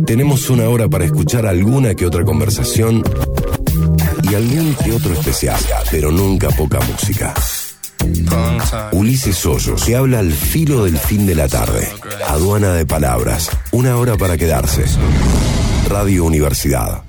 Tenemos una hora para escuchar alguna que otra conversación y algún que otro especial, pero nunca poca música. Ulises Hoyos, que habla al filo del fin de la tarde. Aduana de palabras, una hora para quedarse. Radio Universidad.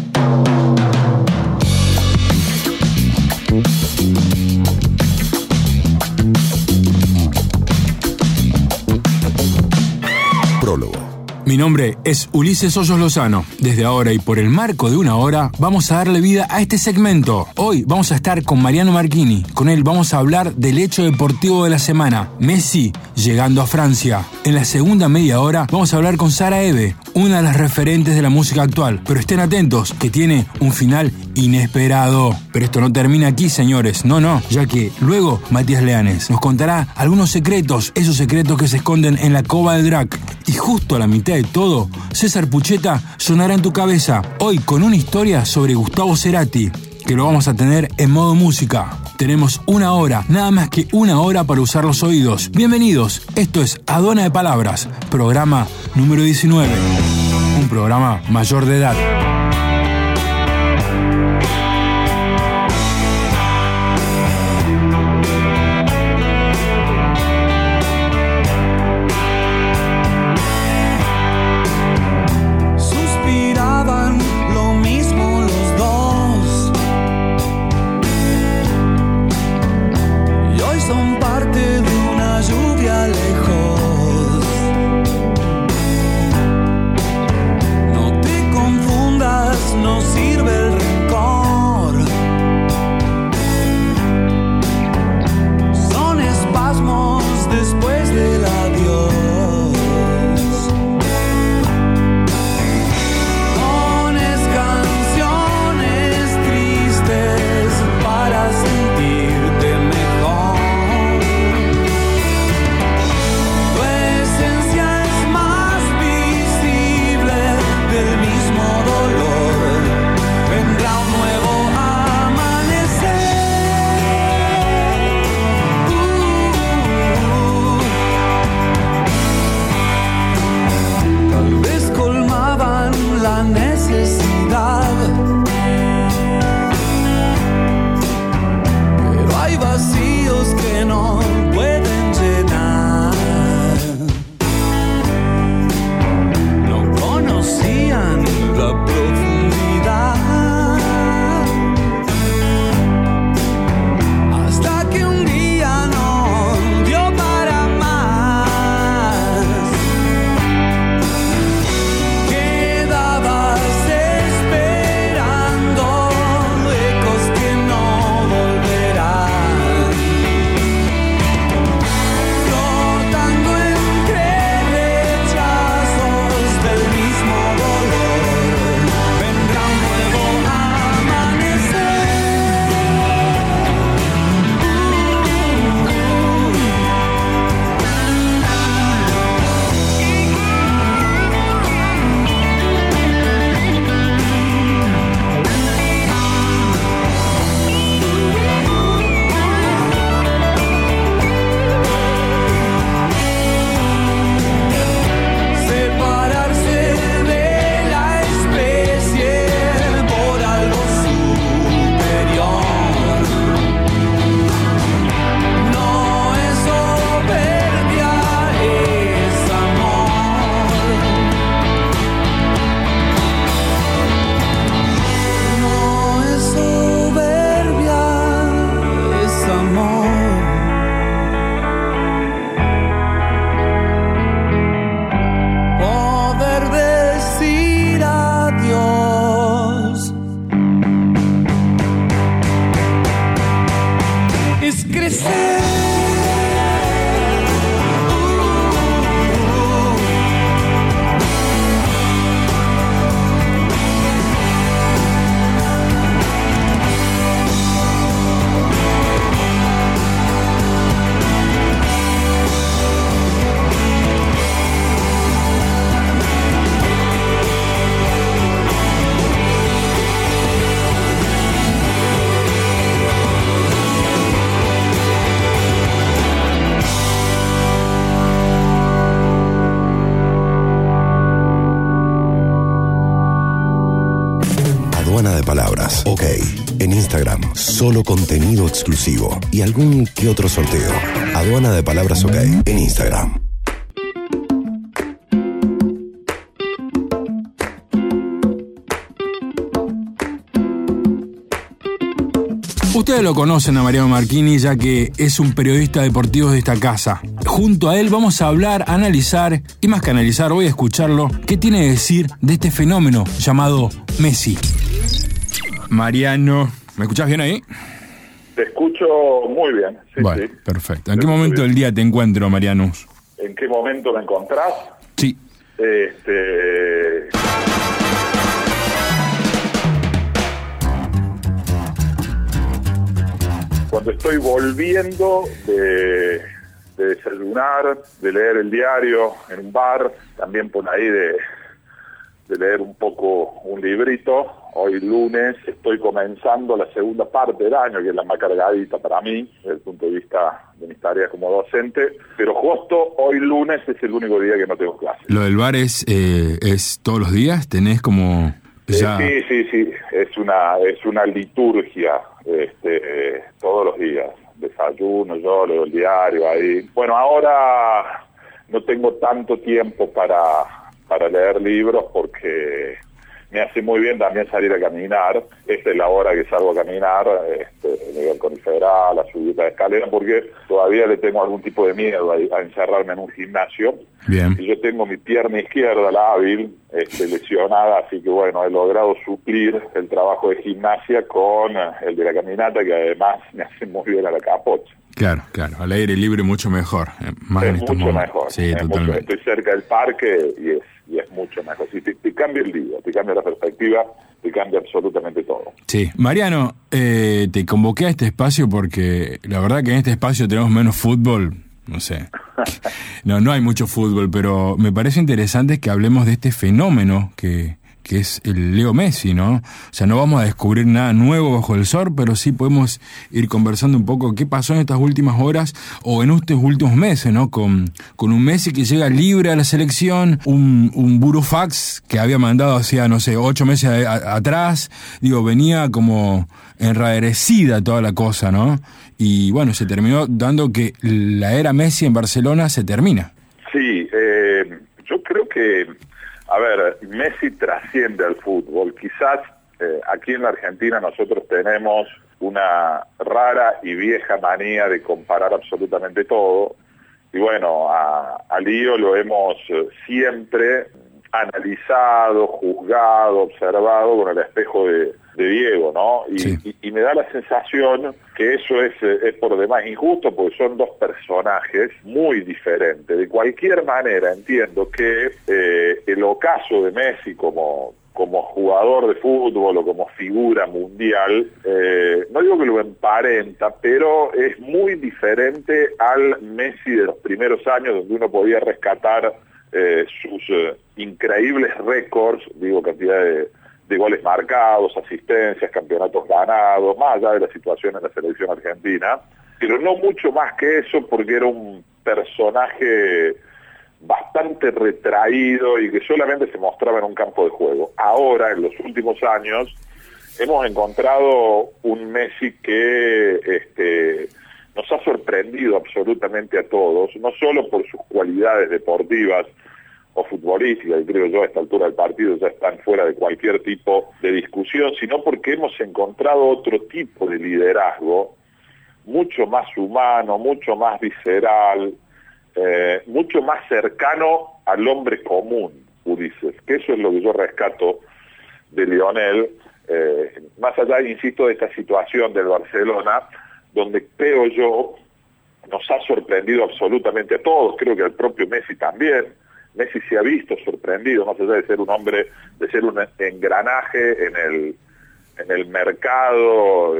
Prólogo. Mi nombre es Ulises Hoyos Lozano. Desde ahora y por el marco de una hora vamos a darle vida a este segmento. Hoy vamos a estar con Mariano Marchini. Con él vamos a hablar del hecho deportivo de la semana. Messi llegando a Francia. En la segunda media hora vamos a hablar con Sara Eve, una de las referentes de la música actual. Pero estén atentos, que tiene un final inesperado. Pero esto no termina aquí, señores. No, ya que luego Matías Leanes nos contará algunos secretos, esos secretos que se esconden en la cova del Drac. Y justo a la mitad de todo, César Pucheta sonará en tu cabeza, hoy con una historia sobre Gustavo Cerati, que lo vamos a tener en modo música. Tenemos una hora, nada más que una hora para usar los oídos. Bienvenidos, esto es Aduana de Palabras, programa número 19, un programa mayor de edad. No te confundas. Aduana de Palabras, OK. En Instagram, solo contenido exclusivo y algún que otro sorteo. Aduana de Palabras, OK. En Instagram. Ustedes lo conocen a Mariano Marchini, ya que es un periodista deportivo de esta casa. Junto a él vamos a hablar, analizar, y más que analizar, voy a escucharlo, qué tiene que decir de este fenómeno llamado Messi. Mariano, ¿me escuchás bien ahí? Te escucho muy bien. Sí, bueno, sí. Perfecto. ¿En qué momento del día te encuentro, Mariano? ¿En qué momento me encontrás? Sí. Cuando estoy volviendo de desayunar, de leer el diario en un bar, también por ahí de leer un poco un librito. Hoy lunes estoy comenzando la segunda parte del año, que es la más cargadita para mí, desde el punto de vista de mis tareas como docente, pero justo hoy lunes es el único día que no tengo clase. ¿Lo del bar es todos los días? ¿Tenés como...? Ya... Sí, es una liturgia, todos los días. Desayuno, yo leo el diario ahí. Bueno, ahora no tengo tanto tiempo para leer libros porque me hace muy bien también salir a caminar. Esta es la hora que salgo a caminar, llegar con el federal, a subir la escalera, porque todavía le tengo algún tipo de miedo a encerrarme en un gimnasio. Bien. Y yo tengo mi pierna izquierda, la hábil, lesionada, así que bueno, he logrado suplir el trabajo de gimnasia con el de la caminata, que además me hace muy bien a la capocha. Claro, al aire libre mucho mejor. Más es en estos mucho momentos. mejor. Sí, totalmente. Estoy cerca del parque y es mucho mejor. Sí, te cambia el día, te cambia la perspectiva, te cambia absolutamente todo. Sí, Mariano, te convoqué a este espacio porque la verdad que en este espacio tenemos menos fútbol, no sé. No hay mucho fútbol, pero me parece interesante que hablemos de este fenómeno que es el Leo Messi, ¿no? O sea, no vamos a descubrir nada nuevo bajo el sol, pero sí podemos ir conversando un poco qué pasó en estas últimas horas o en estos últimos meses, ¿no? Con un Messi que llega libre a la selección, un burofax que había mandado hacía, 8 meses atrás, venía como enrarecida toda la cosa, ¿no? Y bueno, se terminó dando que la era Messi en Barcelona se termina. Sí, yo creo que a ver, Messi trasciende al fútbol. Quizás aquí en la Argentina nosotros tenemos una rara y vieja manía de comparar absolutamente todo. Y bueno, a Lío lo hemos siempre analizado, juzgado, observado con el espejo de Diego, ¿no? Y me da la sensación que eso es por demás injusto, porque son dos personajes muy diferentes. De cualquier manera, entiendo que el ocaso de Messi como jugador de fútbol o como figura mundial, no digo que lo emparenta, pero es muy diferente al Messi de los primeros años, donde uno podía rescatar sus increíbles récords, cantidad de goles marcados, asistencias, campeonatos ganados, más allá de la situación en la selección argentina, pero no mucho más que eso, porque era un personaje bastante retraído y que solamente se mostraba en un campo de juego. Ahora, en los últimos años, hemos encontrado un Messi que nos ha sorprendido absolutamente a todos, no solo por sus cualidades deportivas o futbolísticas, y creo yo a esta altura del partido ya están fuera de cualquier tipo de discusión, sino porque hemos encontrado otro tipo de liderazgo, mucho más humano, mucho más visceral, mucho más cercano al hombre común, Ulises, que eso es lo que yo rescato de Lionel, más allá, insisto, de esta situación del Barcelona, donde creo yo nos ha sorprendido absolutamente a todos, creo que al propio Messi también. Messi se ha visto sorprendido, más allá de ser un hombre, de ser un engranaje en el mercado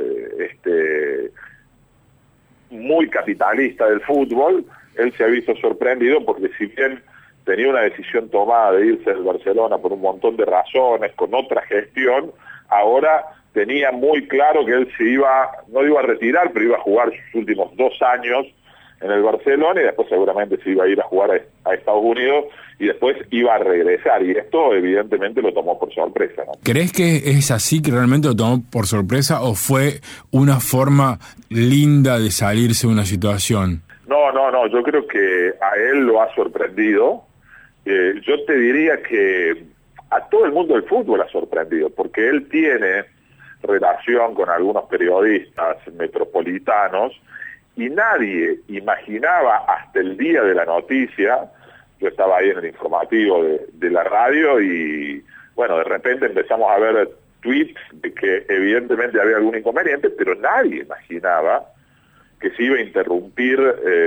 muy capitalista del fútbol. Él se ha visto sorprendido porque, si bien tenía una decisión tomada de irse del Barcelona por un montón de razones, con otra gestión, ahora tenía muy claro que él se iba, no iba a retirar, pero iba a jugar sus últimos 2 años en el Barcelona y después seguramente se iba a ir a jugar a Estados Unidos y después iba a regresar, y esto evidentemente lo tomó por sorpresa, ¿no? ¿Crees que es así, que realmente lo tomó por sorpresa, o fue una forma linda de salirse de una situación? No, yo creo que a él lo ha sorprendido. Yo te diría que a todo el mundo del fútbol ha sorprendido, porque él tiene relación con algunos periodistas metropolitanos y nadie imaginaba hasta el día de la noticia. Yo estaba ahí en el informativo de la radio y bueno, de repente empezamos a ver tweets de que evidentemente había algún inconveniente, pero nadie imaginaba que se iba a interrumpir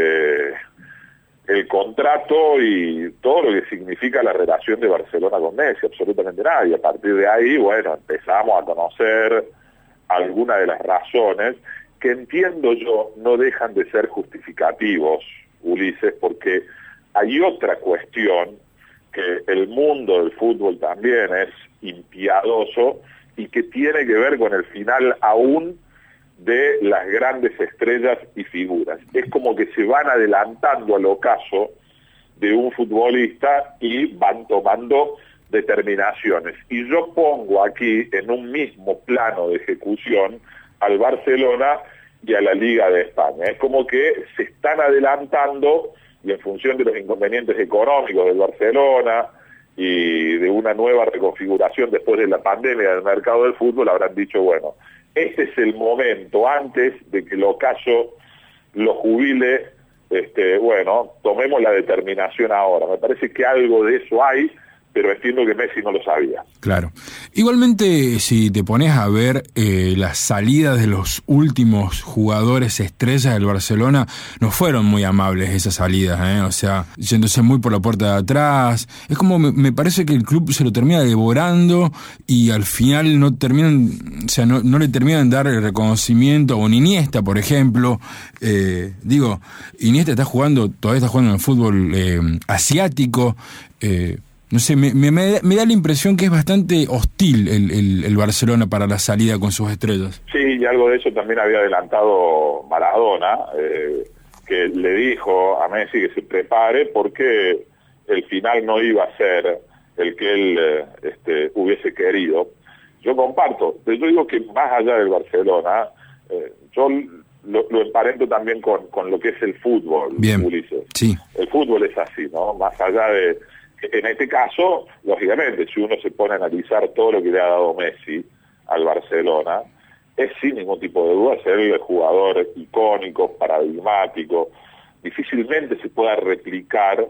el contrato y todo lo que significa la relación de Barcelona con Messi, absolutamente nadie. A partir de ahí, bueno, empezamos a conocer algunas de las razones que, entiendo yo, no dejan de ser justificativos, Ulises, porque hay otra cuestión, que el mundo del fútbol también es impiadoso y que tiene que ver con el final aún de las grandes estrellas y figuras. Es como que se van adelantando al ocaso de un futbolista y van tomando determinaciones. Y yo pongo aquí en un mismo plano de ejecución al Barcelona y a la Liga de España. Es como que se están adelantando y en función de los inconvenientes económicos del Barcelona y de una nueva reconfiguración después de la pandemia del mercado del fútbol, habrán dicho, bueno, este es el momento, antes de que el ocaso lo jubile, bueno, tomemos la determinación ahora. Me parece que algo de eso hay, pero entiendo que Messi no lo sabía. Claro. Igualmente, si te pones a ver las salidas de los últimos jugadores estrellas del Barcelona, no fueron muy amables esas salidas, o sea, yéndose muy por la puerta de atrás. Es como, me parece que el club se lo termina devorando y al final no terminan, o sea, no le terminan de dar el reconocimiento. O Iniesta, por ejemplo, Iniesta todavía está jugando en el fútbol asiático. No sé, me da la impresión que es bastante hostil el Barcelona para la salida con sus estrellas. Sí, y algo de eso también había adelantado Maradona, que le dijo a Messi que se prepare porque el final no iba a ser el que él hubiese querido. Yo comparto, pero yo digo que más allá del Barcelona, yo lo emparento también con lo que es el fútbol. Bien, Ulises. Sí. El fútbol es así, ¿no? Más allá de... En este caso, lógicamente, si uno se pone a analizar todo lo que le ha dado Messi al Barcelona, es sin ningún tipo de duda ser el jugador icónico, paradigmático. Difícilmente se pueda replicar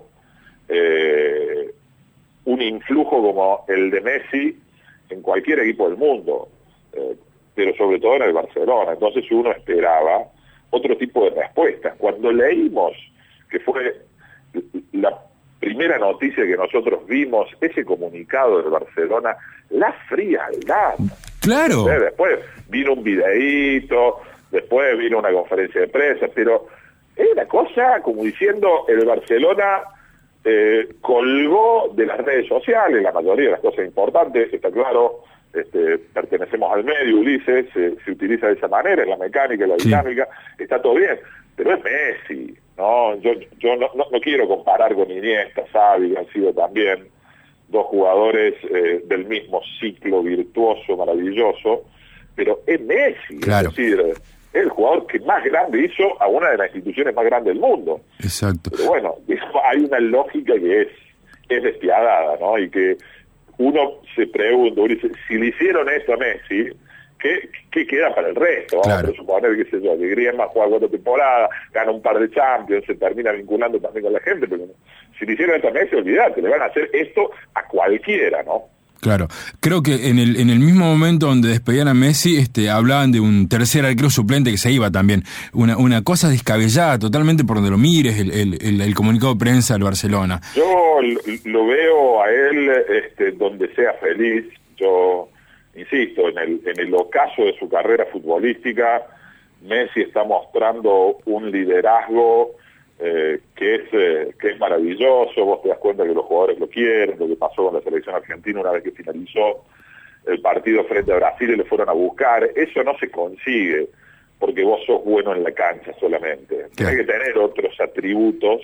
un influjo como el de Messi en cualquier equipo del mundo, pero sobre todo en el Barcelona. Entonces uno esperaba otro tipo de respuestas. Cuando leímos que fue la primera noticia que nosotros vimos, ese comunicado del Barcelona, la frialdad. Claro. Después vino un videíto, después vino una conferencia de prensa, pero es una cosa como diciendo el Barcelona colgó de las redes sociales la mayoría de las cosas importantes, está claro, pertenecemos al medio, Ulises, se utiliza de esa manera, en la mecánica, en la dinámica, está todo bien, pero es Messi. No, yo no quiero comparar con Iniesta, Xavi, que han sido también dos jugadores del mismo ciclo virtuoso, maravilloso, pero es Messi, claro. Es decir, es el jugador que más grande hizo a una de las instituciones más grandes del mundo. Exacto. Pero bueno, hay una lógica que es despiadada, ¿no? Y que uno se pregunta, si le hicieron esto a Messi, ¿qué queda para el resto? Claro. Vamos a suponer, qué sé yo, que Griezmann juega 4 temporadas, gana un par de Champions, se termina vinculando también con la gente, pero si le hicieron esto a Messi, olvídate, le van a hacer esto a cualquiera, ¿no? Claro, creo que en el mismo momento donde despedían a Messi, hablaban de un tercer arquero suplente que se iba también. Una cosa descabellada totalmente por donde lo mires, el comunicado de prensa del Barcelona. Yo lo veo a él donde sea feliz. Yo insisto, en el ocaso de su carrera futbolística, Messi está mostrando un liderazgo que es maravilloso. Vos te das cuenta que los jugadores lo quieren, lo que pasó con la selección argentina una vez que finalizó el partido frente a Brasil y le fueron a buscar. Eso no se consigue porque vos sos bueno en la cancha solamente. Tenés que tener otros atributos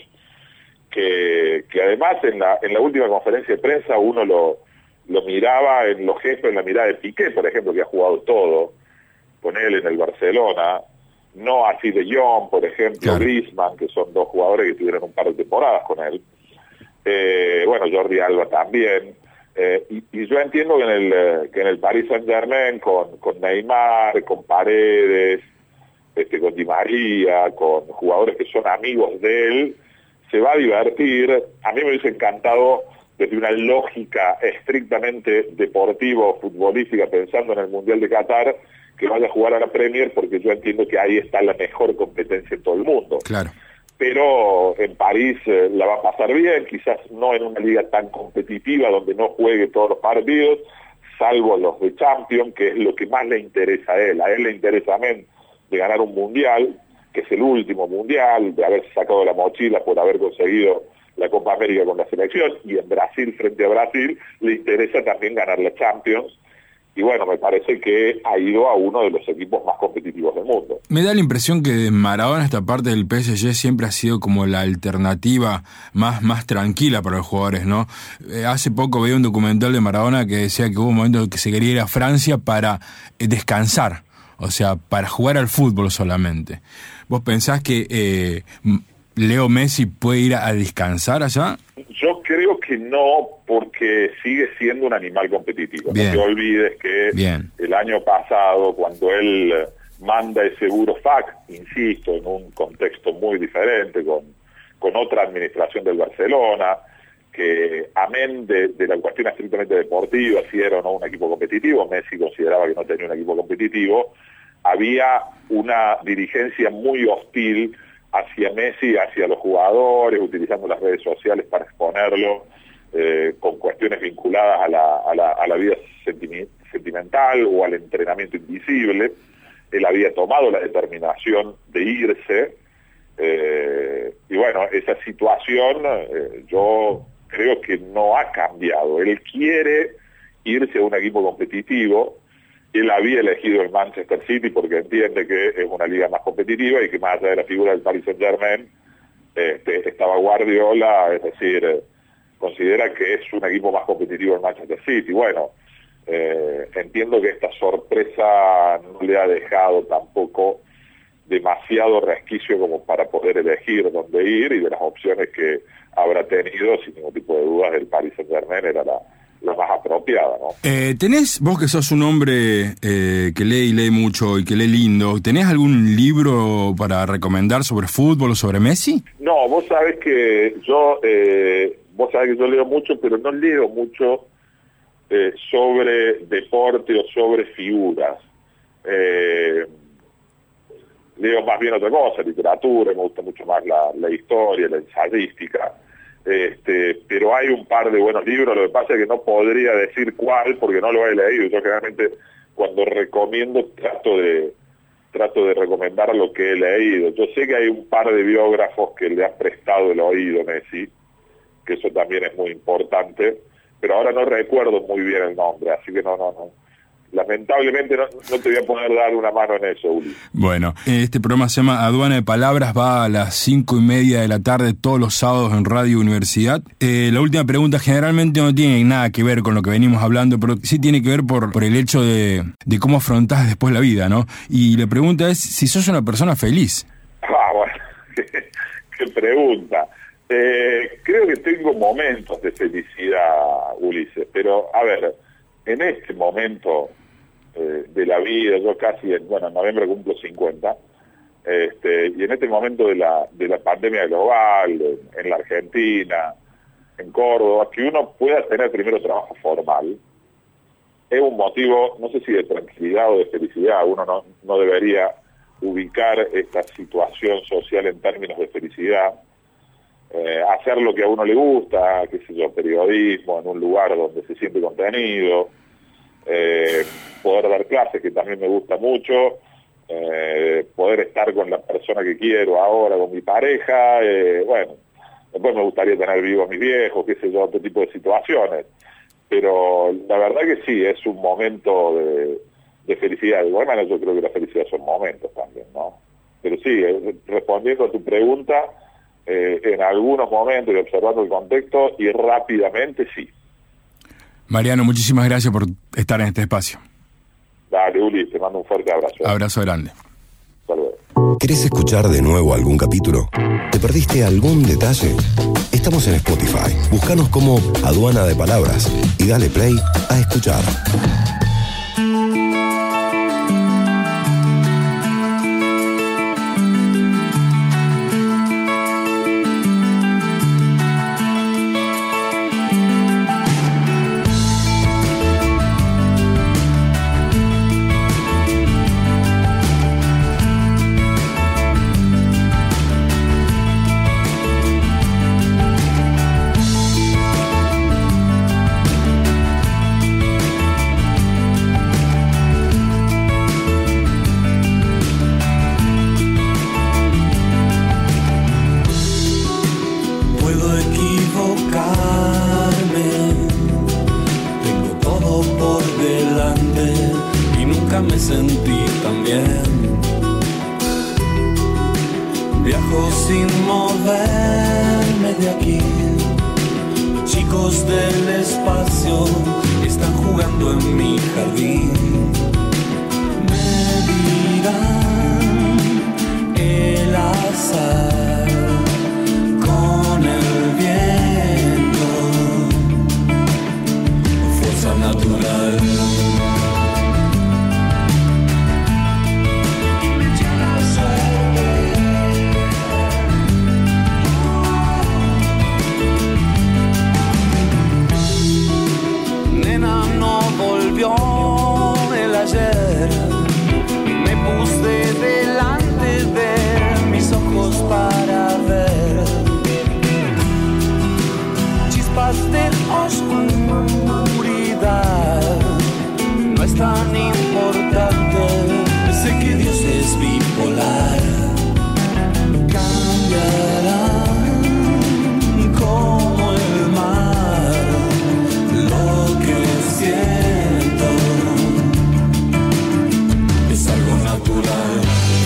que además en la última conferencia de prensa uno lo miraba en los gestos, en la mirada de Piqué, por ejemplo, que ha jugado todo con él en el Barcelona, no así de Jong, por ejemplo, Griezmann, que son dos jugadores que tuvieron un par de temporadas con él. Bueno, Jordi Alba también. Y yo entiendo que en el Paris Saint-Germain, con Neymar, con Paredes, con Di María, con jugadores que son amigos de él, se va a divertir. A mí me hubiese encantado desde una lógica estrictamente deportiva o futbolística, pensando en el Mundial de Qatar, que vaya a jugar a la Premier, porque yo entiendo que ahí está la mejor competencia en todo el mundo. Claro. Pero en París la va a pasar bien, quizás no en una liga tan competitiva donde no juegue todos los partidos, salvo los de Champions, que es lo que más le interesa a él. A él le interesa de ganar un mundial, que es el último mundial, de haberse sacado la mochila por haber conseguido la Copa América con la selección, y en Brasil, frente a Brasil, le interesa también ganar la Champions. Y bueno, me parece que ha ido a uno de los equipos más competitivos del mundo. Me da la impresión que Maradona, esta parte del PSG, siempre ha sido como la alternativa más tranquila para los jugadores, ¿no? Hace poco veía un documental de Maradona que decía que hubo un momento en que se quería ir a Francia para descansar, o sea, para jugar al fútbol solamente. ¿Vos pensás que Leo Messi puede ir a descansar allá? Yo creo que no, porque sigue siendo un animal competitivo. Bien. No te olvides que el año pasado, cuando él manda ese Burofax, insisto, en un contexto muy diferente, con otra administración del Barcelona, que amén de la cuestión estrictamente deportiva, si era o no un equipo competitivo, Messi consideraba que no tenía un equipo competitivo, había una dirigencia muy hostil hacia Messi, hacia los jugadores, utilizando las redes sociales para exponerlo, con cuestiones vinculadas a la vida sentimental o al entrenamiento invisible. Él había tomado la determinación de irse, y bueno, esa situación yo creo que no ha cambiado. Él quiere irse a un equipo competitivo. Él había elegido el Manchester City porque entiende que es una liga más competitiva y que más allá de la figura del Paris Saint-Germain estaba Guardiola, es decir, considera que es un equipo más competitivo el Manchester City. Bueno, entiendo que esta sorpresa no le ha dejado tampoco demasiado resquicio como para poder elegir dónde ir, y de las opciones que habrá tenido, sin ningún tipo de dudas, el Paris Saint-Germain era la más apropiada, ¿no? ¿Tenés, vos que sos un hombre que lee mucho y que lee lindo, ¿tenés algún libro para recomendar sobre fútbol o sobre Messi? No, vos sabés que yo leo mucho, pero no leo mucho sobre deporte o sobre figuras. Leo más bien otra cosa, literatura, me gusta mucho más la historia, la ensayística. Pero hay un par de buenos libros. Lo que pasa es que no podría decir cuál porque no lo he leído. Yo generalmente cuando recomiendo trato de recomendar lo que he leído. Yo sé que hay un par de biógrafos que le han prestado el oído a Messi, que eso también es muy importante, pero ahora no recuerdo muy bien el nombre, así que no. Lamentablemente no te voy a poder dar una mano en eso, Uli. Bueno, este programa se llama Aduana de Palabras, va a las 5:30 de la tarde todos los sábados en Radio Universidad. La última pregunta generalmente no tiene nada que ver con lo que venimos hablando, pero sí tiene que ver por el hecho de cómo afrontás después la vida, ¿no? Y la pregunta es si sos una persona feliz. Bueno, qué pregunta. Creo que tengo momentos de felicidad, Ulises, pero a ver, en este momento de la vida, yo casi en noviembre cumplo 50, y en este momento de la pandemia global, en la Argentina, en Córdoba, que uno pueda tener primero trabajo formal, es un motivo, no sé si de tranquilidad o de felicidad. Uno no debería ubicar esta situación social en términos de felicidad. Hacer lo que a uno le gusta, qué sé yo, periodismo, en un lugar donde se siente contenido, poder dar clases, que también me gusta mucho, poder estar con la persona que quiero ahora, con mi pareja, bueno, después me gustaría tener vivos a mis viejos, qué sé yo, otro tipo de situaciones, pero la verdad que sí, es un momento de felicidad. De igual manera yo creo que la felicidad son momentos también, ¿no? Pero sí, respondiendo a tu pregunta, en algunos momentos y observando el contexto y rápidamente, sí. Mariano, muchísimas gracias por estar en este espacio. Dale, Uli, te mando un fuerte abrazo. Abrazo grande. Hasta luego. ¿Querés escuchar de nuevo algún capítulo? ¿Te perdiste algún detalle? Estamos en Spotify. Búscanos como Aduana de Palabras y dale play a escuchar. Me sentí tan bien. Viajo sin moverme de aquí. Chicos del espacio están jugando en mi jardín. Me dirán el azar con el viento, fuerza natural. El ayer me puse delante de mis ojos para ver chispas de oscuridad. No es tan importante, sé que Dios es bipolar. Cambiarán como el mar lo que siento. Natural.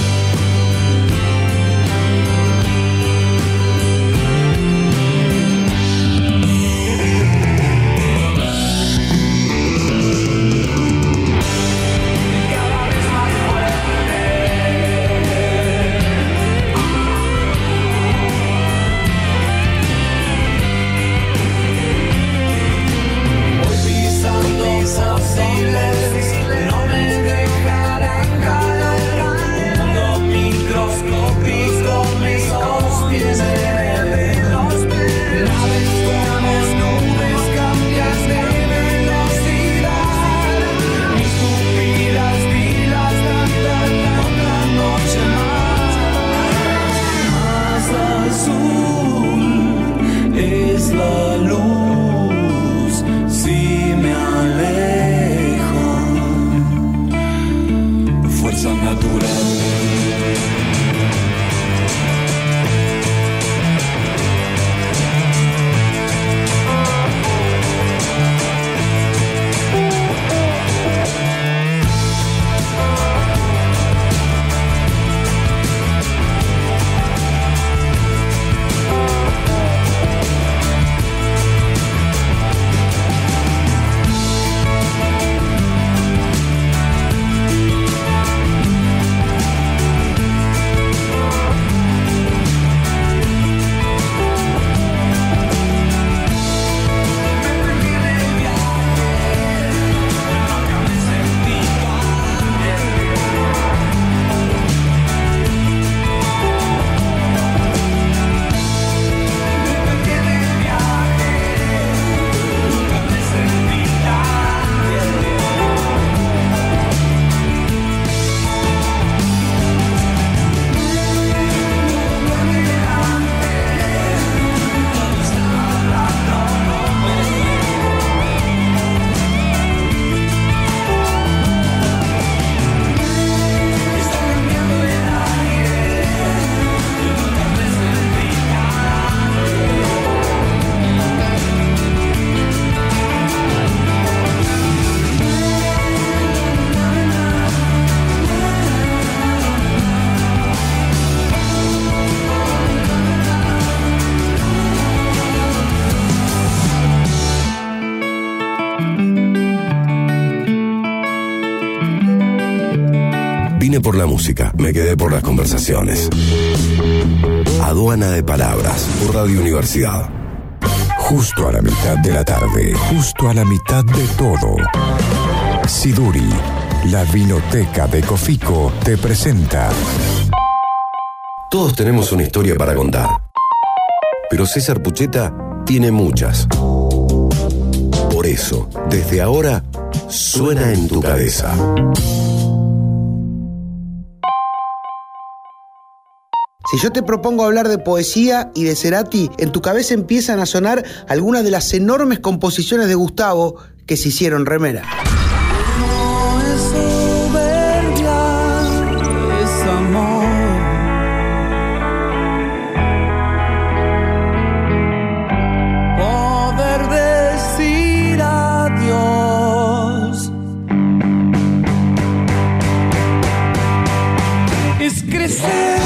Vine por la música, me quedé por las conversaciones. Aduana de Palabras, por Radio Universidad. Justo a la mitad de la tarde, justo a la mitad de todo. Siduri, la vinoteca de Cofico, te presenta. Todos tenemos una historia para contar, pero César Pucheta tiene muchas. Por eso, desde ahora, suena en tu cabeza. Si yo te propongo hablar de poesía y de Cerati, en tu cabeza empiezan a sonar algunas de las enormes composiciones de Gustavo que se hicieron remera. No es soberbia, es amor. Poder decir adiós es crecer.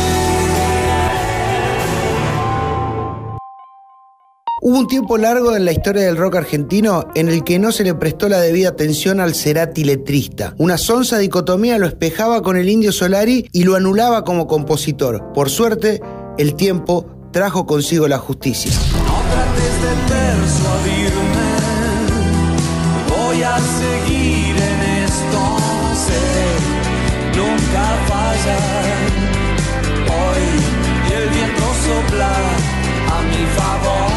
Hubo un tiempo largo en la historia del rock argentino en el que no se le prestó la debida atención al Cerati letrista. Una sonsa dicotomía lo espejaba con el Indio Solari y lo anulaba como compositor. Por suerte, el tiempo trajo consigo la justicia. No trates de persuadirme, voy a seguir en esto, sé, nunca fallar. Hoy y el viento sopla a mi favor.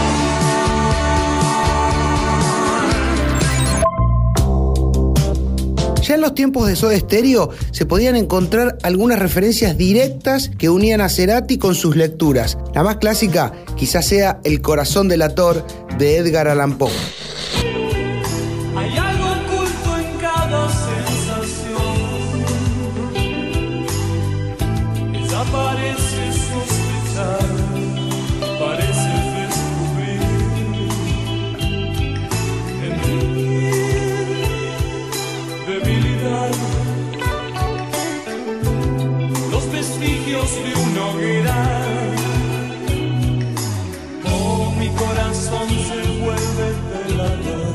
Ya en los tiempos de Soda Stereo se podían encontrar algunas referencias directas que unían a Cerati con sus lecturas. La más clásica quizás sea El corazón delator de Edgar Allan Poe. Hay algo oculto en cada sensación, desaparece sospechar, parece descubrir en mí debilidad, los vestigios de una hoguera. Oh, mi corazón se vuelve velador.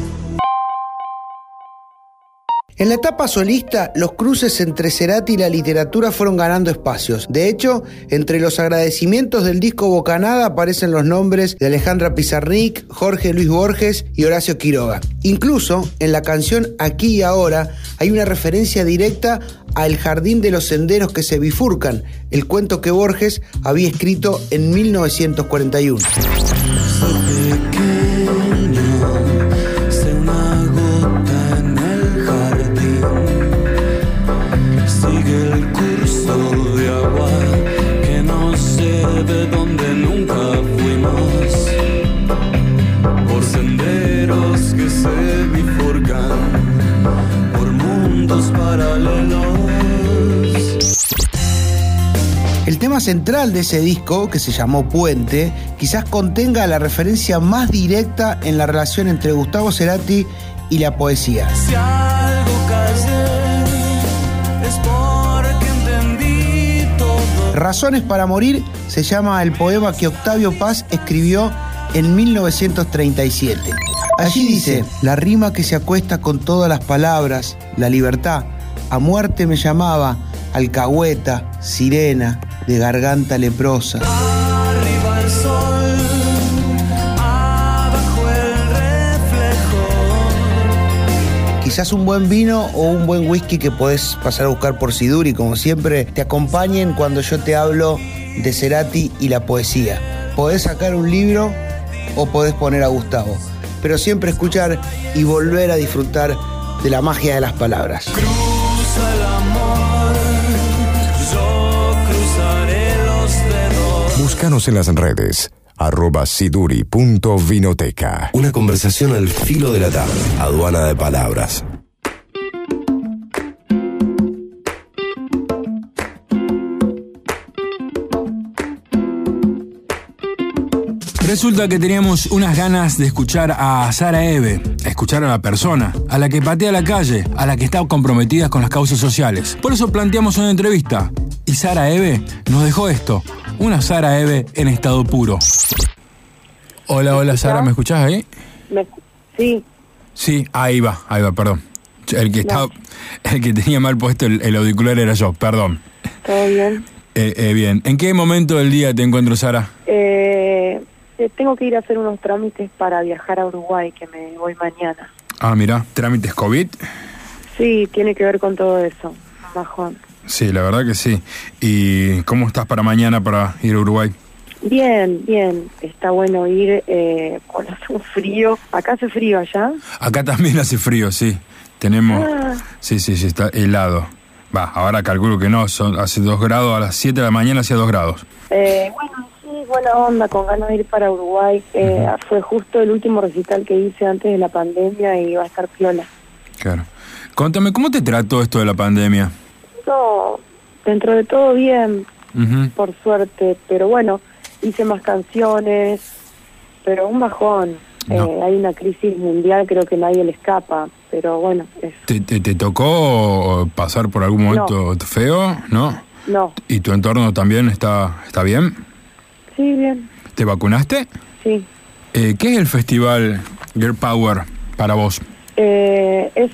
En la etapa solista, los cruces entre Cerati y la literatura fueron ganando espacios. De hecho, entre los agradecimientos del disco Bocanada aparecen los nombres de Alejandra Pizarnik, Jorge Luis Borges y Horacio Quiroga. Incluso, en la canción Aquí y Ahora, hay una referencia directa a El jardín de los senderos que se bifurcan, el cuento que Borges había escrito en 1941. El curso de agua que no sé de dónde nunca fuimos, por senderos que se bifurcan, por mundos paralelos. El tema central de ese disco, que se llamó Puente, quizás contenga la referencia más directa en la relación entre Gustavo Cerati y la poesía. Si algo callé, es porque entendí todo. Razones para morir se llama el poema que Octavio Paz escribió en 1937. Allí dice: la rima que se acuesta con todas las palabras, la libertad, a muerte me llamaba, alcahueta, sirena, de garganta leprosa. Arriba el sol, abajo el reflejo. Quizás un buen vino o un buen whisky que podés pasar a buscar por Siduri, como siempre, te acompañen cuando yo te hablo de Cerati y la poesía. Podés sacar un libro o podés poner a Gustavo, pero siempre escuchar y volver a disfrutar de la magia de las palabras. Cruza el amor, yo cruzaré los dedos. Búscanos en las redes, @siduri.vinoteca. Una conversación al filo de la tarde. Aduana de Palabras. Resulta que teníamos unas ganas de escuchar a Sara Eve, escuchar a la persona, a la que patea la calle, a la que está comprometida con las causas sociales. Por eso planteamos una entrevista. Y Sara Eve nos dejó esto, una Sara Eve en estado puro. Hola, Sara, ¿me escuchás ahí? Sí. Sí, ahí va, perdón. El que tenía mal puesto el auricular era yo, perdón. ¿Todo bien? Bien. ¿En qué momento del día te encuentro, Sara? Tengo que ir a hacer unos trámites para viajar a Uruguay, que me voy mañana. Ah, mira, ¿trámites COVID? Sí, tiene que ver con todo eso, bajón. Sí, la verdad que sí. ¿Y cómo estás para mañana para ir a Uruguay? Bien, está bueno ir, con hace un frío. ¿Acá hace frío allá? Acá también hace frío, sí. Tenemos... Sí, está helado. Ahora calculo que no, hace 2 grados, a las 7 de la mañana hacía 2 grados. Bueno, sí, buena onda, con ganas de ir para Uruguay. Fue justo el último recital que hice antes de la pandemia y va a estar piola. Claro. Contame, ¿cómo te trató esto de la pandemia? No, dentro de todo bien, por suerte, pero bueno, hice más canciones, pero un bajón. No. Hay una crisis mundial, creo que nadie le escapa, pero bueno. ¿Te tocó pasar por algún momento feo? ¿No? No. ¿Y tu entorno también está bien? Sí, bien. ¿Te vacunaste? Sí. ¿Qué es el festival Girl Power para vos? Es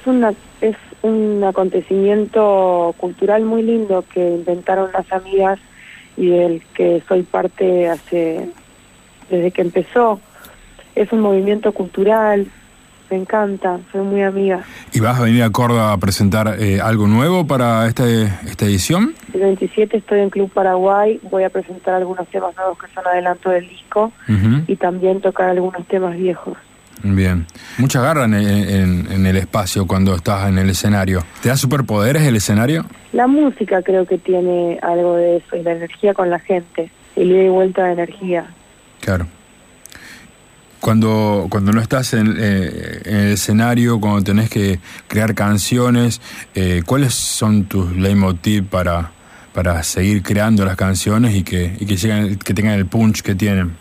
un acontecimiento cultural muy lindo que inventaron las amigas y del que soy parte desde que empezó. Es un movimiento cultural, me encanta, soy muy amiga. ¿Y vas a venir a Córdoba a presentar algo nuevo para esta edición? El 27 estoy en Club Paraguay, voy a presentar algunos temas nuevos que son adelanto del disco y también tocar algunos temas viejos. Bien. Mucha garra en el espacio cuando estás en el escenario. ¿Te da superpoderes el escenario? La música creo que tiene algo de eso, y la energía con la gente, el ida y vuelta de energía. Claro. Cuando no estás en el escenario, cuando tenés que crear canciones, ¿cuáles son tus leitmotiv para seguir creando las canciones y que tengan el punch que tienen?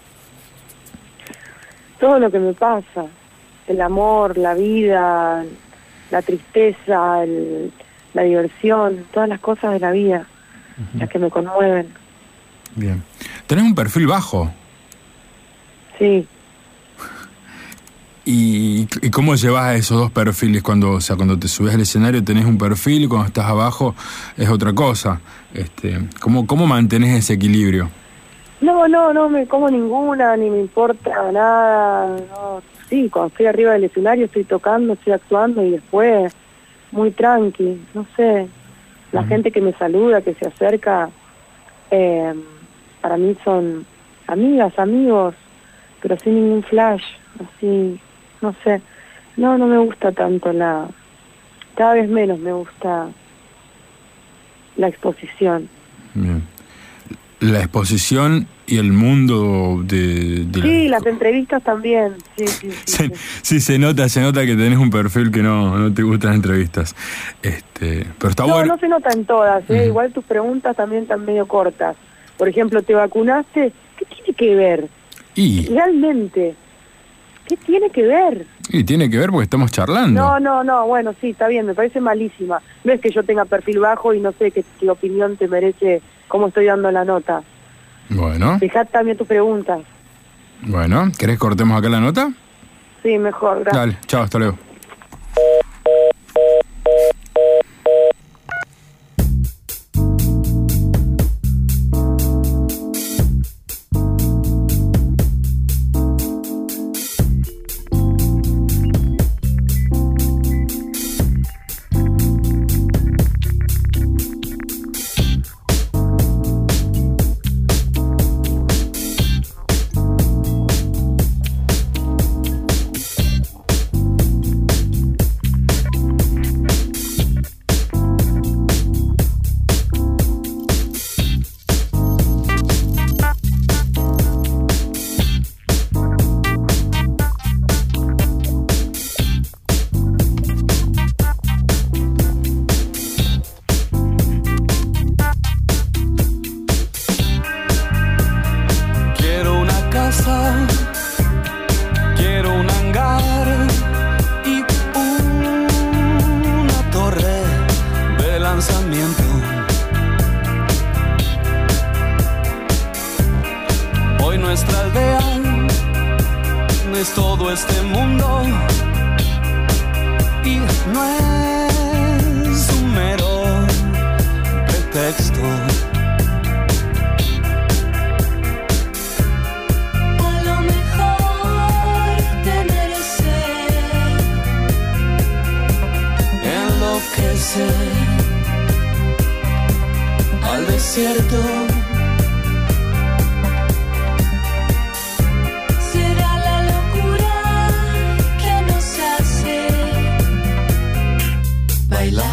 Todo lo que me pasa, el amor, la vida, la tristeza, la diversión, todas las cosas de la vida, las que me conmueven. Bien. ¿Tenés un perfil bajo? Sí. ¿Y cómo llevas esos dos perfiles? Cuando te subes al escenario tenés un perfil y cuando estás abajo es otra cosa. ¿Cómo mantenés ese equilibrio? No me como ninguna, ni me importa nada. No. Sí, cuando estoy arriba del escenario estoy tocando, estoy actuando y después muy tranqui, no sé. La gente que me saluda, que se acerca, para mí son amigas, amigos, pero sin ningún flash, así, no sé. No me gusta tanto cada vez menos me gusta la exposición. Bien. La exposición y el mundo de sí, las entrevistas también. Sí, se nota que tenés un perfil que no te gustan las entrevistas. Pero está bueno. No se nota en todas, igual tus preguntas también están medio cortas. Por ejemplo, ¿te vacunaste? ¿Qué tiene que ver? Realmente, ¿qué tiene que ver? Y tiene que ver porque estamos charlando. No, bueno, sí, está bien, me parece malísima. No es que yo tenga perfil bajo y no sé qué opinión te merece, cómo estoy dando la nota. Bueno. Fijate también tus preguntas. Bueno, ¿querés cortemos acá la nota? Sí, mejor, gracias. Dale, chao, hasta luego. es un mero pretexto. A lo mejor tener sed, enloquecer al desierto. será la locura que nos hace Bailar.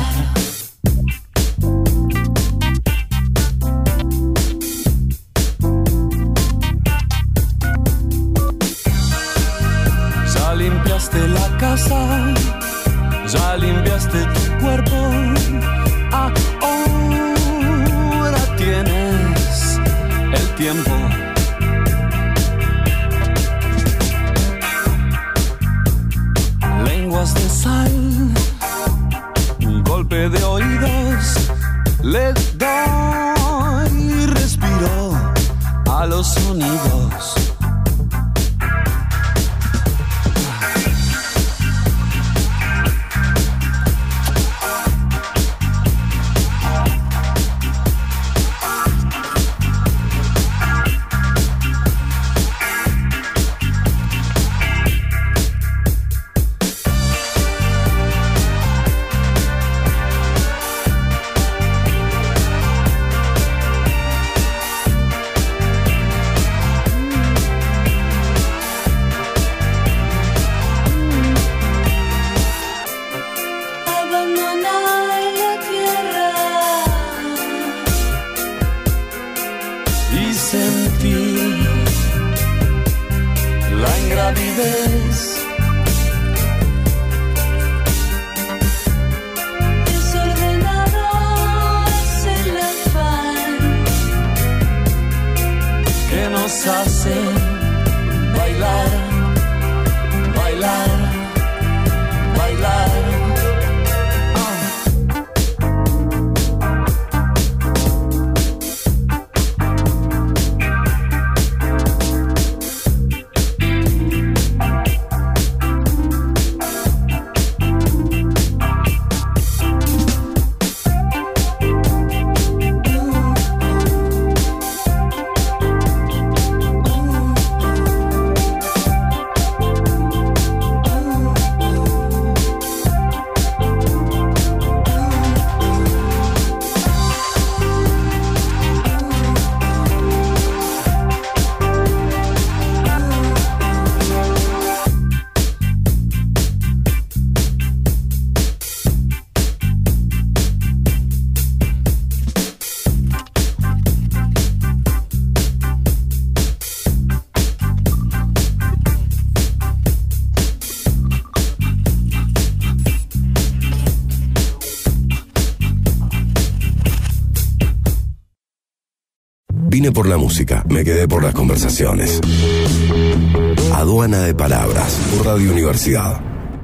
Ya limpiaste la casa, ya limpiaste tu cuerpo. Ahora tienes el tiempo. Lenguas de sal, un golpe de oídos, le doy respiro a los sonidos. abandonar la tierra Y sentir la ingravidez. desordenado es el afán Que nos hace bailar, bailar, bailar. Vine por la música, me quedé por las conversaciones. Aduana de Palabras, por Radio Universidad.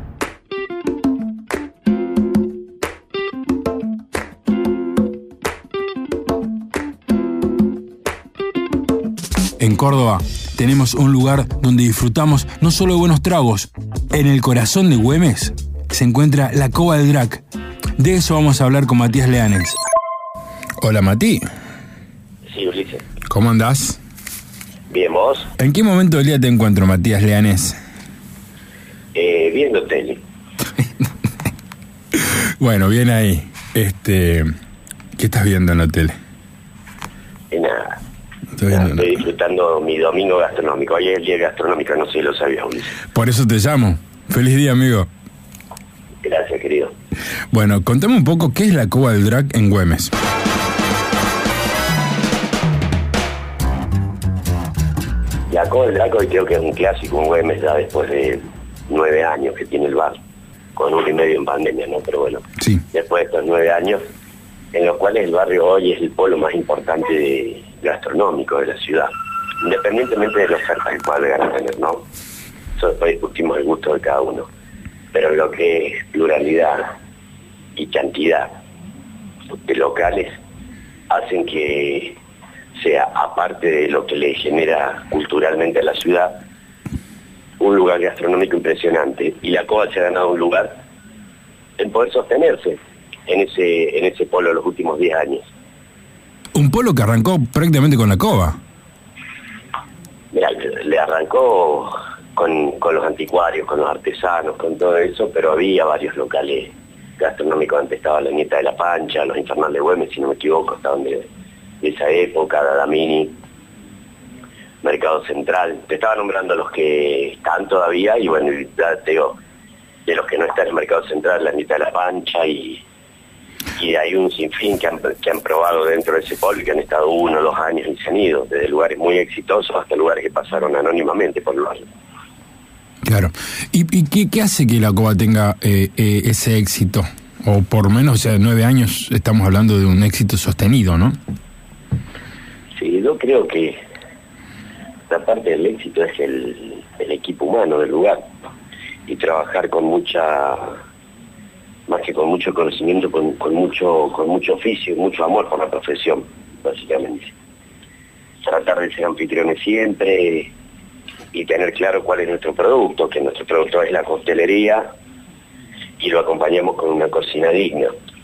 En Córdoba tenemos un lugar donde disfrutamos no solo de buenos tragos. En el corazón de Güemes se encuentra la Cova del Drac. De eso vamos a hablar con Matías Leanes. Hola, Mati. Sí, Ulises. ¿Cómo andás? Bien, ¿vos? ¿En qué momento del día te encuentro, Matías Leanes? Viendo tele. Bueno, bien ahí. ¿Qué estás viendo en la tele? Nada. Estoy disfrutando mi domingo gastronómico. Hoy es el día gastronómico, no sé si lo sabías, Ulises. Por eso te llamo. Feliz día, amigo. Gracias, querido. Bueno, contame un poco qué es la Cova del Drac en Güemes. La Cova del Draco creo que es un clásico en Güemes ya después de 9 años que tiene el bar, con 1 y medio en pandemia, ¿no? Pero bueno, sí. Después de estos 9 años, en los cuales el barrio hoy es el polo más importante gastronómico de la ciudad, independientemente de la oferta que pueda llegar a tener, ¿no? Eso después discutimos el gusto de cada uno. Pero lo que es pluralidad y cantidad de locales hacen que sea, aparte de lo que le genera culturalmente a la ciudad, un lugar gastronómico impresionante. Y la Cova se ha ganado un lugar en poder sostenerse en ese polo los últimos 10 años. Un polo que arrancó prácticamente con la cova. Mirá, le arrancó con los anticuarios, con los artesanos, con todo eso, pero había varios locales gastronómicos. Antes estaba la Nieta de la Pancha, los Infernal de Güemes, si no me equivoco, estaban de esa época, Dadamini, Mercado Central. Te estaba nombrando los que están todavía, y bueno, ya te digo, de los que no están en Mercado Central, la Nieta de la Pancha, y hay un sinfín que han probado dentro de ese polo, que han estado 1 o 2 años y se han ido, desde lugares muy exitosos hasta lugares que pasaron anónimamente por el barrio. Claro. ¿Y qué hace que la cova tenga ese éxito? O por menos, o sea, 9 años estamos hablando de un éxito sostenido, ¿no? Sí, yo creo que la parte del éxito es el equipo humano del lugar, y trabajar con más que con mucho conocimiento, con mucho oficio y mucho amor por la profesión, básicamente. Tratar de ser anfitriones siempre y tener claro cuál es nuestro producto, que nuestro producto es la coctelería, y lo acompañamos con una cocina digna.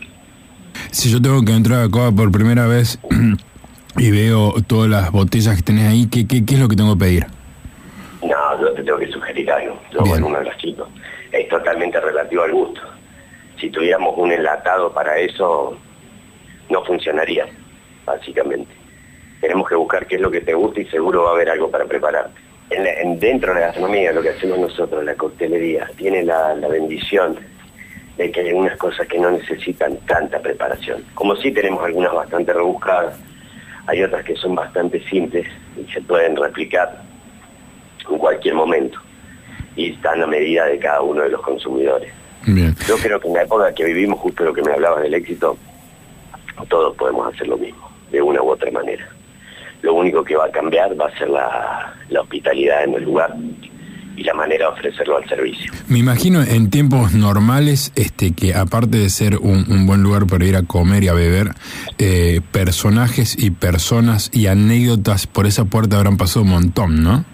Si yo tengo que entrar a Cova por primera vez y veo todas las botellas que tenés ahí, ¿qué es lo que tengo que pedir? No, yo te tengo que sugerir algo. Yo, bueno, uno de los chicos. Es totalmente relativo al gusto. Si tuviéramos un enlatado para eso, no funcionaría, básicamente. Tenemos que buscar qué es lo que te gusta y seguro va a haber algo para prepararte. Dentro de la gastronomía, lo que hacemos nosotros, la coctelería, tiene la bendición de que hay algunas cosas que no necesitan tanta preparación. Como sí tenemos algunas bastante rebuscadas, hay otras que son bastante simples y se pueden replicar en cualquier momento, y están a medida de cada uno de los consumidores. Bien. Yo creo que en la época que vivimos, justo lo que me hablabas del éxito, todos podemos hacer lo mismo, de una u otra manera. Lo único que va a cambiar va a ser la hospitalidad en el lugar y la manera de ofrecerlo al servicio. Me imagino en tiempos normales que aparte de ser un buen lugar para ir a comer y a beber, personajes y personas y anécdotas por esa puerta habrán pasado un montón, ¿no?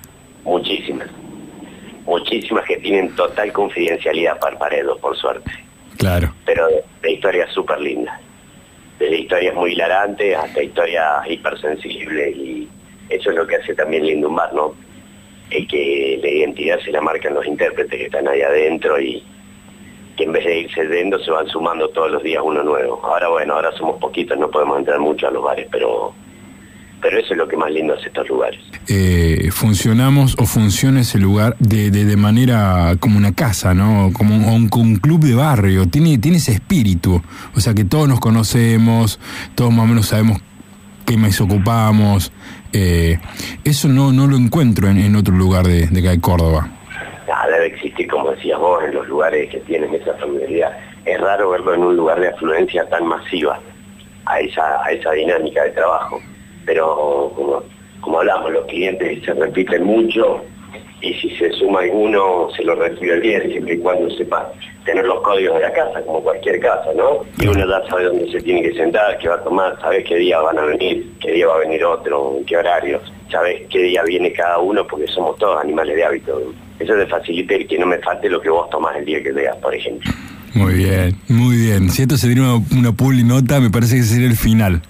Muchísimas que tienen total confidencialidad para Paredo, por suerte. Claro. Pero de historias súper lindas. Desde historias muy hilarantes hasta historias hipersensibles, y eso es lo que hace también lindo un bar, ¿no? Es que la identidad se la marcan los intérpretes que están ahí adentro, y que en vez de irse yendo se van sumando todos los días uno nuevo. Ahora somos poquitos, no podemos entrar mucho a los bares, pero eso es lo que más lindo hace estos lugares. Funcionamos o funciona ese lugar de manera como una casa, ¿no? Como un club de barrio, tiene ese espíritu, o sea que todos nos conocemos, todos más o menos sabemos qué mes ocupamos. Eso no lo encuentro en otro lugar de acá de Córdoba. Debe existir, como decías vos, en los lugares que tienen esa familiaridad. Es raro verlo en un lugar de afluencia tan masiva a esa dinámica de trabajo. Pero como hablamos, los clientes se repiten mucho, y si se suma alguno se lo recibe bien, siempre y cuando sepa tener los códigos de la casa, como cualquier casa, ¿no? Y uno ya sabe dónde se tiene que sentar, qué va a tomar, sabes qué día van a venir, qué día va a venir otro, en qué horarios, sabes qué día viene cada uno, porque somos todos animales de hábito. Eso te facilita el que no me falte lo que vos tomás el día que veas, por ejemplo. Muy bien, muy bien. Si esto sería una publi nota, me parece que sería el final.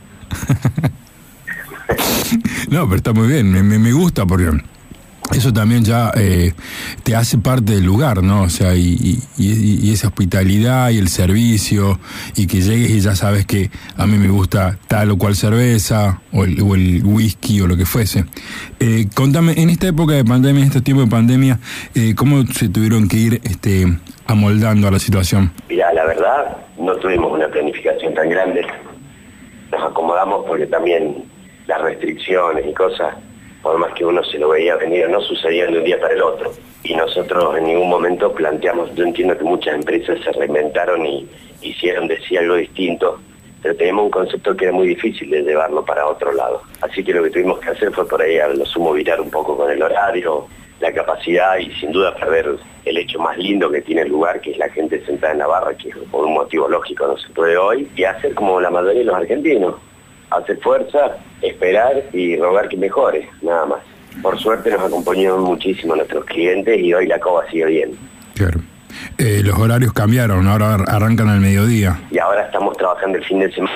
No, pero está muy bien, me gusta, porque eso también ya te hace parte del lugar, ¿no? O sea, y esa hospitalidad y el servicio, y que llegues y ya sabes que a mí me gusta tal o cual cerveza, o el whisky, o lo que fuese. Contame, en esta época de pandemia, en este tiempo de pandemia, ¿cómo se tuvieron que ir amoldando a la situación? Mira, la verdad, no tuvimos una planificación tan grande. Nos acomodamos porque también las restricciones y cosas, por más que uno se lo veía venir, no sucedían de un día para el otro. Y nosotros en ningún momento planteamos, yo entiendo que muchas empresas se reinventaron y hicieron de sí algo distinto, pero teníamos un concepto que era muy difícil de llevarlo para otro lado. Así que lo que tuvimos que hacer fue por ahí a lo sumo virar un poco con el horario, la capacidad, y sin duda perder el hecho más lindo que tiene el lugar, que es la gente sentada en la barra, que por un motivo lógico no se puede hoy, y hacer como la mayoría de los argentinos, hacer fuerza, esperar y rogar que mejore, nada más. Por suerte nos acompañaron muchísimo nuestros clientes, y hoy la Cova sigue bien. Claro. los horarios cambiaron, ahora arrancan al mediodía. Y ahora estamos trabajando el fin de semana.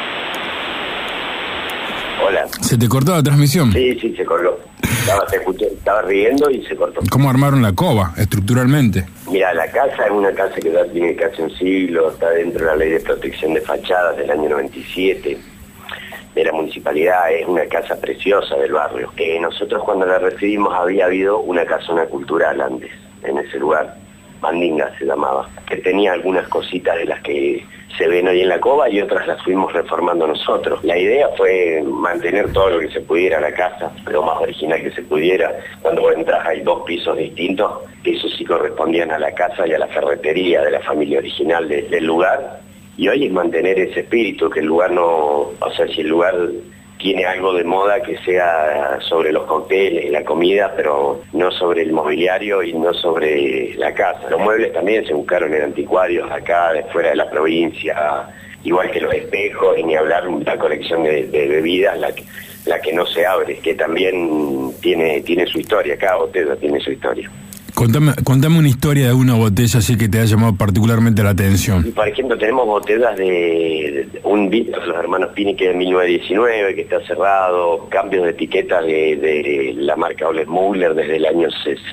Hola. ¿Se te cortó la transmisión? Sí, se cortó. Estaba riendo y se cortó. ¿Cómo armaron la cova estructuralmente? Mira, la casa es una casa que ya tiene casi un siglo, está dentro de la Ley de Protección de Fachadas del año 97 de la municipalidad, es una casa preciosa del barrio. Nosotros cuando la recibimos había habido una casona cultural antes, en ese lugar, Mandinga se llamaba, que tenía algunas cositas de las que se ven hoy en la cova y otras las fuimos reformando nosotros. La idea fue mantener todo lo que se pudiera en la casa, lo más original que se pudiera. Cuando vos entras hay 2 pisos distintos, que esos sí correspondían a la casa y a la ferretería de la familia original del lugar. Y hoy es mantener ese espíritu, que el lugar no... O sea, si el lugar tiene algo de moda, que sea sobre los cócteles, la comida, pero no sobre el mobiliario y no sobre la casa. Los muebles también se buscaron en anticuarios acá, de fuera de la provincia, igual que los espejos, y ni hablar la colección de bebidas, la que no se abre, que también tiene su historia, cada botella tiene su historia. Contame una historia de una botella así que te haya llamado particularmente la atención. Y por ejemplo, tenemos botellas de un vino de los hermanos Pini, que es de 1919, que está cerrado, cambios de etiquetas de la marca Oles Müller desde el año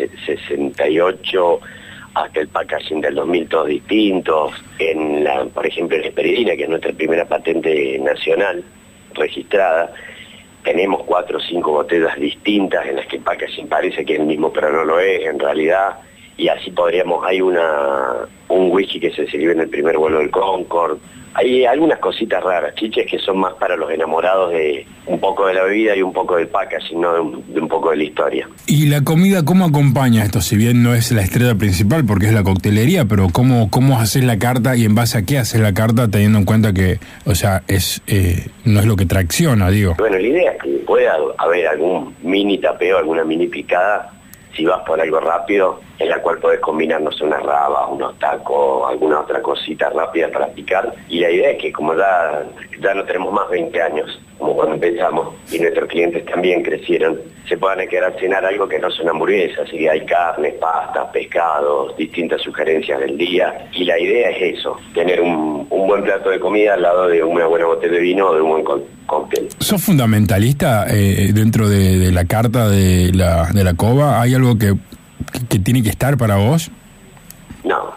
68 hasta el packaging del 2000, todos distintos. Por ejemplo, en Esperidina, que es nuestra primera patente nacional registrada, tenemos 4 o 5 botellas distintas en las que el packaging parece que es el mismo, pero no lo es en realidad. Y así hay un whisky que se sirvió en el primer vuelo del Concorde. Hay algunas cositas raras, chiches que son más para los enamorados de un poco de la bebida y un poco del packaging, no de un poco de la historia. ¿Y la comida cómo acompaña esto? Si bien no es la estrella principal porque es la coctelería, pero ¿cómo haces la carta y en base a qué haces la carta, teniendo en cuenta que, o sea, no es lo que tracciona, digo? Bueno, la idea es que pueda haber algún mini tapeo, alguna mini picada, si vas por algo rápido, en la cual podés combinarnos unas rabas, unos tacos, alguna otra cosita rápida para picar. Y la idea es que como ya no tenemos más 20 años, como cuando empezamos, y nuestros clientes también crecieron, se puedan quedar a cenar algo que no son hamburguesas, así que hay carne, pastas, pescados, distintas sugerencias del día. Y la idea es eso, tener un buen plato de comida al lado de una buena botella de vino o de un buen cóctel. ¿Sos fundamentalista dentro de la carta de la cova? ¿Hay algo que tiene que estar para vos? No,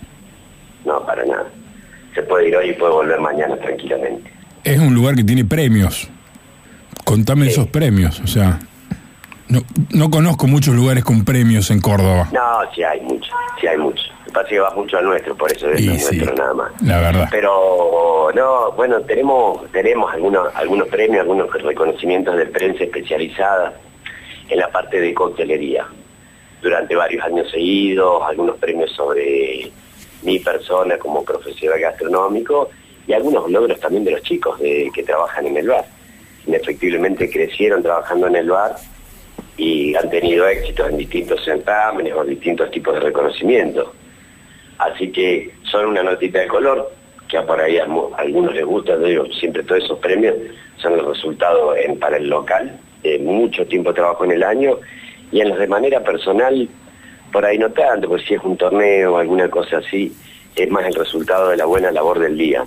para nada. Se puede ir hoy y puede volver mañana tranquilamente. Es un lugar que tiene premios. Contame esos premios, o sea... No conozco muchos lugares con premios en Córdoba. No, sí hay mucho. Me parece que va mucho al nuestro, por eso es nuestro nada más. La verdad. Pero, no, bueno, tenemos algunos premios, algunos reconocimientos de prensa especializada en la parte de coctelería. Durante varios años seguidos, algunos premios sobre mi persona como profesional gastronómico y algunos logros también de los chicos que trabajan en el bar. Indefectiblemente crecieron trabajando en el bar y han tenido éxitos en distintos certámenes o distintos tipos de reconocimiento. Así que son una notita de color, que por ahí a algunos les gusta, digo, siempre todos esos premios son el resultado para el local, de mucho tiempo de trabajo en el año, y en los de manera personal, por ahí no tanto, porque si es un torneo o alguna cosa así, es más el resultado de la buena labor del día.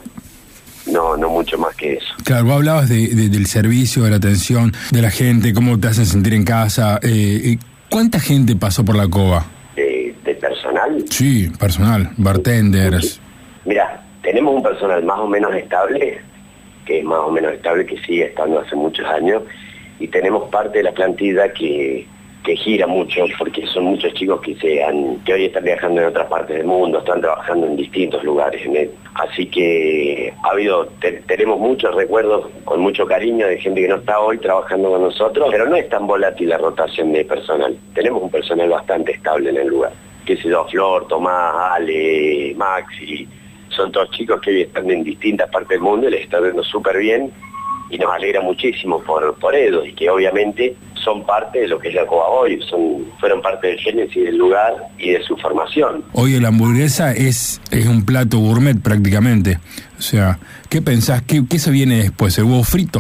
No mucho más que eso. Claro, vos hablabas del servicio, de la atención, de la gente, cómo te hacen sentir en casa. ¿Cuánta gente pasó por la cova? ¿De personal? Sí, personal, bartenders. Mira, tenemos un personal más o menos estable, que sigue estando hace muchos años, y tenemos parte de la plantilla que gira mucho, porque son muchos chicos que hoy están viajando en otras partes del mundo, están trabajando en distintos lugares. Así que tenemos muchos recuerdos con mucho cariño de gente que no está hoy trabajando con nosotros, pero no es tan volátil la rotación de personal. Tenemos un personal bastante estable en el lugar. Qué sé yo, Flor, Tomás, Ale, Maxi, son todos chicos que hoy están en distintas partes del mundo y les está yendo súper bien. Y nos alegra muchísimo por ellos, y que obviamente son parte de lo que es la cova hoy, fueron parte del génesis del lugar y de su formación. Hoy la hamburguesa es un plato gourmet prácticamente. O sea, ¿qué pensás? ¿Qué se viene después? ¿El huevo frito?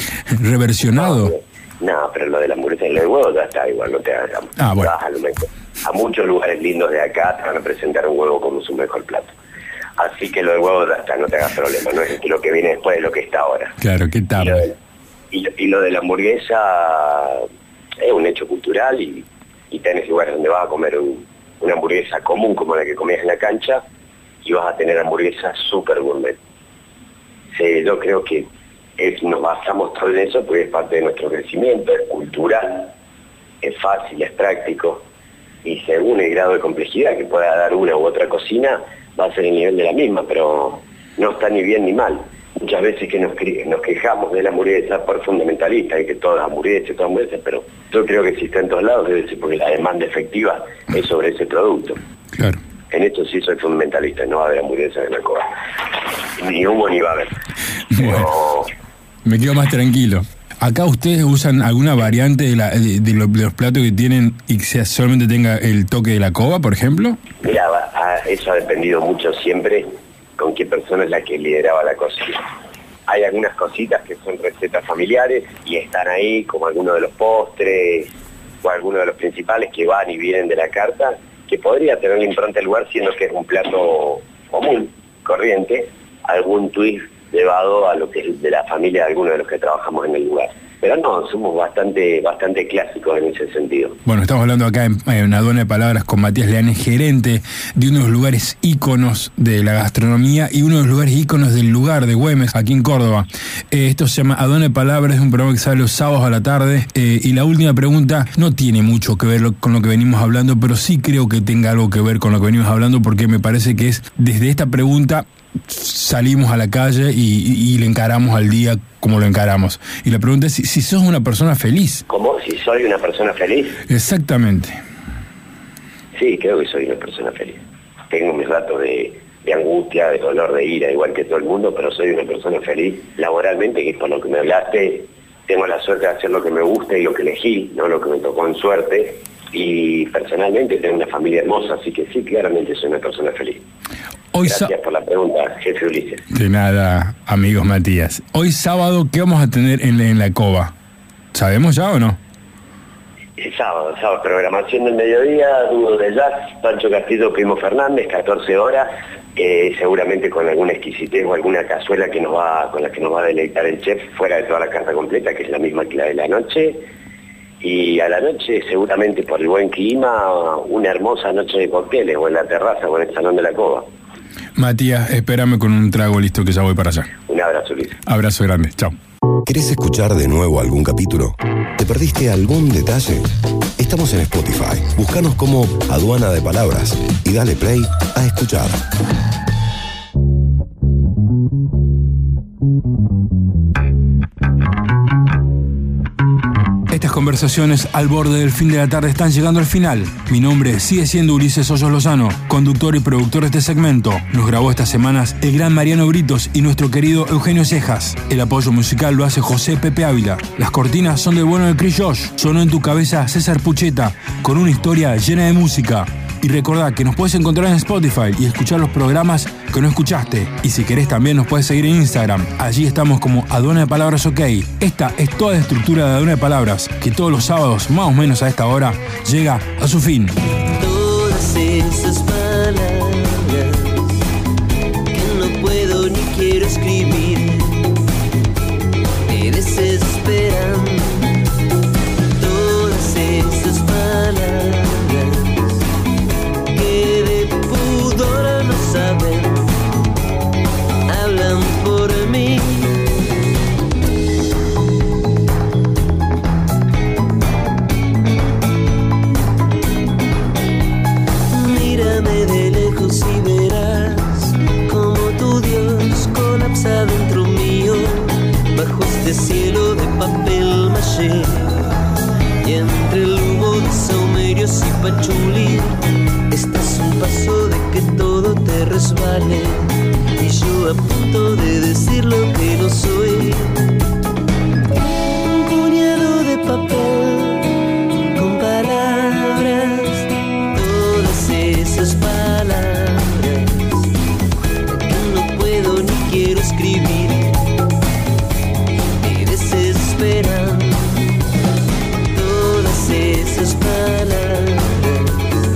¿Reversionado? No, pero lo de la hamburguesa y el huevo ya está igual, no te hagas. Bueno. a muchos lugares lindos de acá te van a presentar un huevo como su mejor plato. Así que lo del huevo hasta no te hagas problema, no es lo que viene después de lo que está ahora. Claro, qué tarde. Y lo de la hamburguesa es un hecho cultural y tenés lugares donde vas a comer una hamburguesa común como la que comías en la cancha y vas a tener hamburguesas súper gourmet. Sí, yo creo que nos basamos todo en eso porque es parte de nuestro crecimiento, es cultural, es fácil, es práctico y según el grado de complejidad que pueda dar una u otra cocina va a ser el nivel de la misma, pero no está ni bien ni mal. Muchas veces que nos quejamos de la hamburguesa por fundamentalista y que todas hamburguesas, pero yo creo que si está en todos lados debe ser porque la demanda efectiva es sobre ese producto. Claro. En esto sí soy fundamentalista, no va a haber hamburguesas en la Cova. Ni hubo ni va a haber. Bueno, me quedo más tranquilo. ¿Acá ustedes usan alguna variante de los platos que tienen y que solamente tenga el toque de la Cova, por ejemplo? Mira, eso ha dependido mucho siempre con qué persona es la que lideraba la cocina. Hay algunas cositas que son recetas familiares y están ahí, como algunos de los postres o algunos de los principales que van y vienen de la carta, que podría tener la impronta del lugar siendo que es un plato común, corriente, algún twist llevado a lo que es de la familia de algunos de los que trabajamos en el lugar. Pero no, somos bastante clásicos en ese sentido. Bueno, estamos hablando acá en Aduana de Palabras con Matías Leanes, gerente de uno de los lugares íconos de la gastronomía y uno de los lugares íconos del lugar de Güemes, aquí en Córdoba. Esto se llama Aduana de Palabras, es un programa que sale los sábados a la tarde. Y la última pregunta no tiene mucho que ver con lo que venimos hablando, pero sí creo que tenga algo que ver con lo que venimos hablando, porque me parece que es desde esta pregunta salimos a la calle y le encaramos al día como lo encaramos. Y la pregunta es si sos una persona feliz. ¿Cómo? ¿Si soy una persona feliz? Exactamente. Sí, creo que soy una persona feliz. Tengo mis ratos de angustia, de dolor, de ira, igual que todo el mundo, pero soy una persona feliz. Laboralmente, que es por lo que me hablaste, tengo la suerte de hacer lo que me gusta y lo que elegí, no lo que me tocó en suerte. Y personalmente tengo una familia hermosa, así que sí, claramente soy una persona feliz. Gracias por la pregunta, jefe Ulises. De nada, amigos Matías. Hoy sábado, ¿qué vamos a tener en la Cova? ¿Sabemos ya o no? Sábado, programación del mediodía, dúo de jazz, Pancho Castillo, Primo Fernández, 14 horas, seguramente con alguna exquisitez o alguna cazuela con la que nos va a deleitar el chef, fuera de toda la carta completa, que es la misma que la de la noche. Y a la noche, seguramente por el buen clima, una hermosa noche de cócteles o en la terraza o en el Salón de la Cova. Matías, espérame con un trago listo que ya voy para allá. Un abrazo, Luis. Abrazo grande, chao. ¿Querés escuchar de nuevo algún capítulo? ¿Te perdiste algún detalle? Estamos en Spotify. Búscanos como Aduana de Palabras y dale play a escuchar. Estas conversaciones al borde del fin de la tarde están llegando al final. Mi nombre sigue siendo Ulises Hoyos Lozano, conductor y productor de este segmento. Nos grabó estas semanas el gran Mariano Britos y nuestro querido Eugenio Cejas. El apoyo musical lo hace José Pepe Ávila. Las cortinas son del bueno de Chris Josh. Sonó en tu cabeza César Pucheta, con una historia llena de música. Y recordá que nos puedes encontrar en Spotify y escuchar los programas que no escuchaste. Y si querés también nos puedes seguir en Instagram. Allí estamos como Aduana de Palabras OK. Esta es toda la estructura de Aduana de Palabras, que todos los sábados, más o menos a esta hora, llega a su fin. Todas esas palabras que no puedo ni quiero escribir me desesperan. Todas esas palabras que de pudor no saben, hablan por mí. Mírame de lejos y verás como tu Dios colapsa dentro mío, bajo este cielo de papel maché. Y entre el humo de saumerios y pachulí, estás un paso de que todo te resbale. Y yo a punto de decir lo que no soy. Un puñado de papel con palabras, todas esas palabras que no puedo ni quiero escribir, me desesperan. Todas esas palabras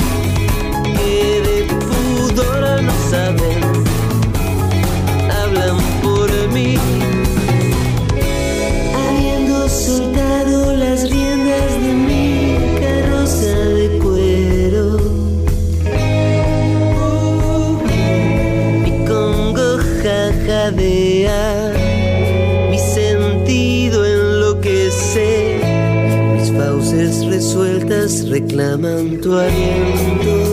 jadea, mi sentido enloquece, mis fauces resueltas reclaman tu aliento.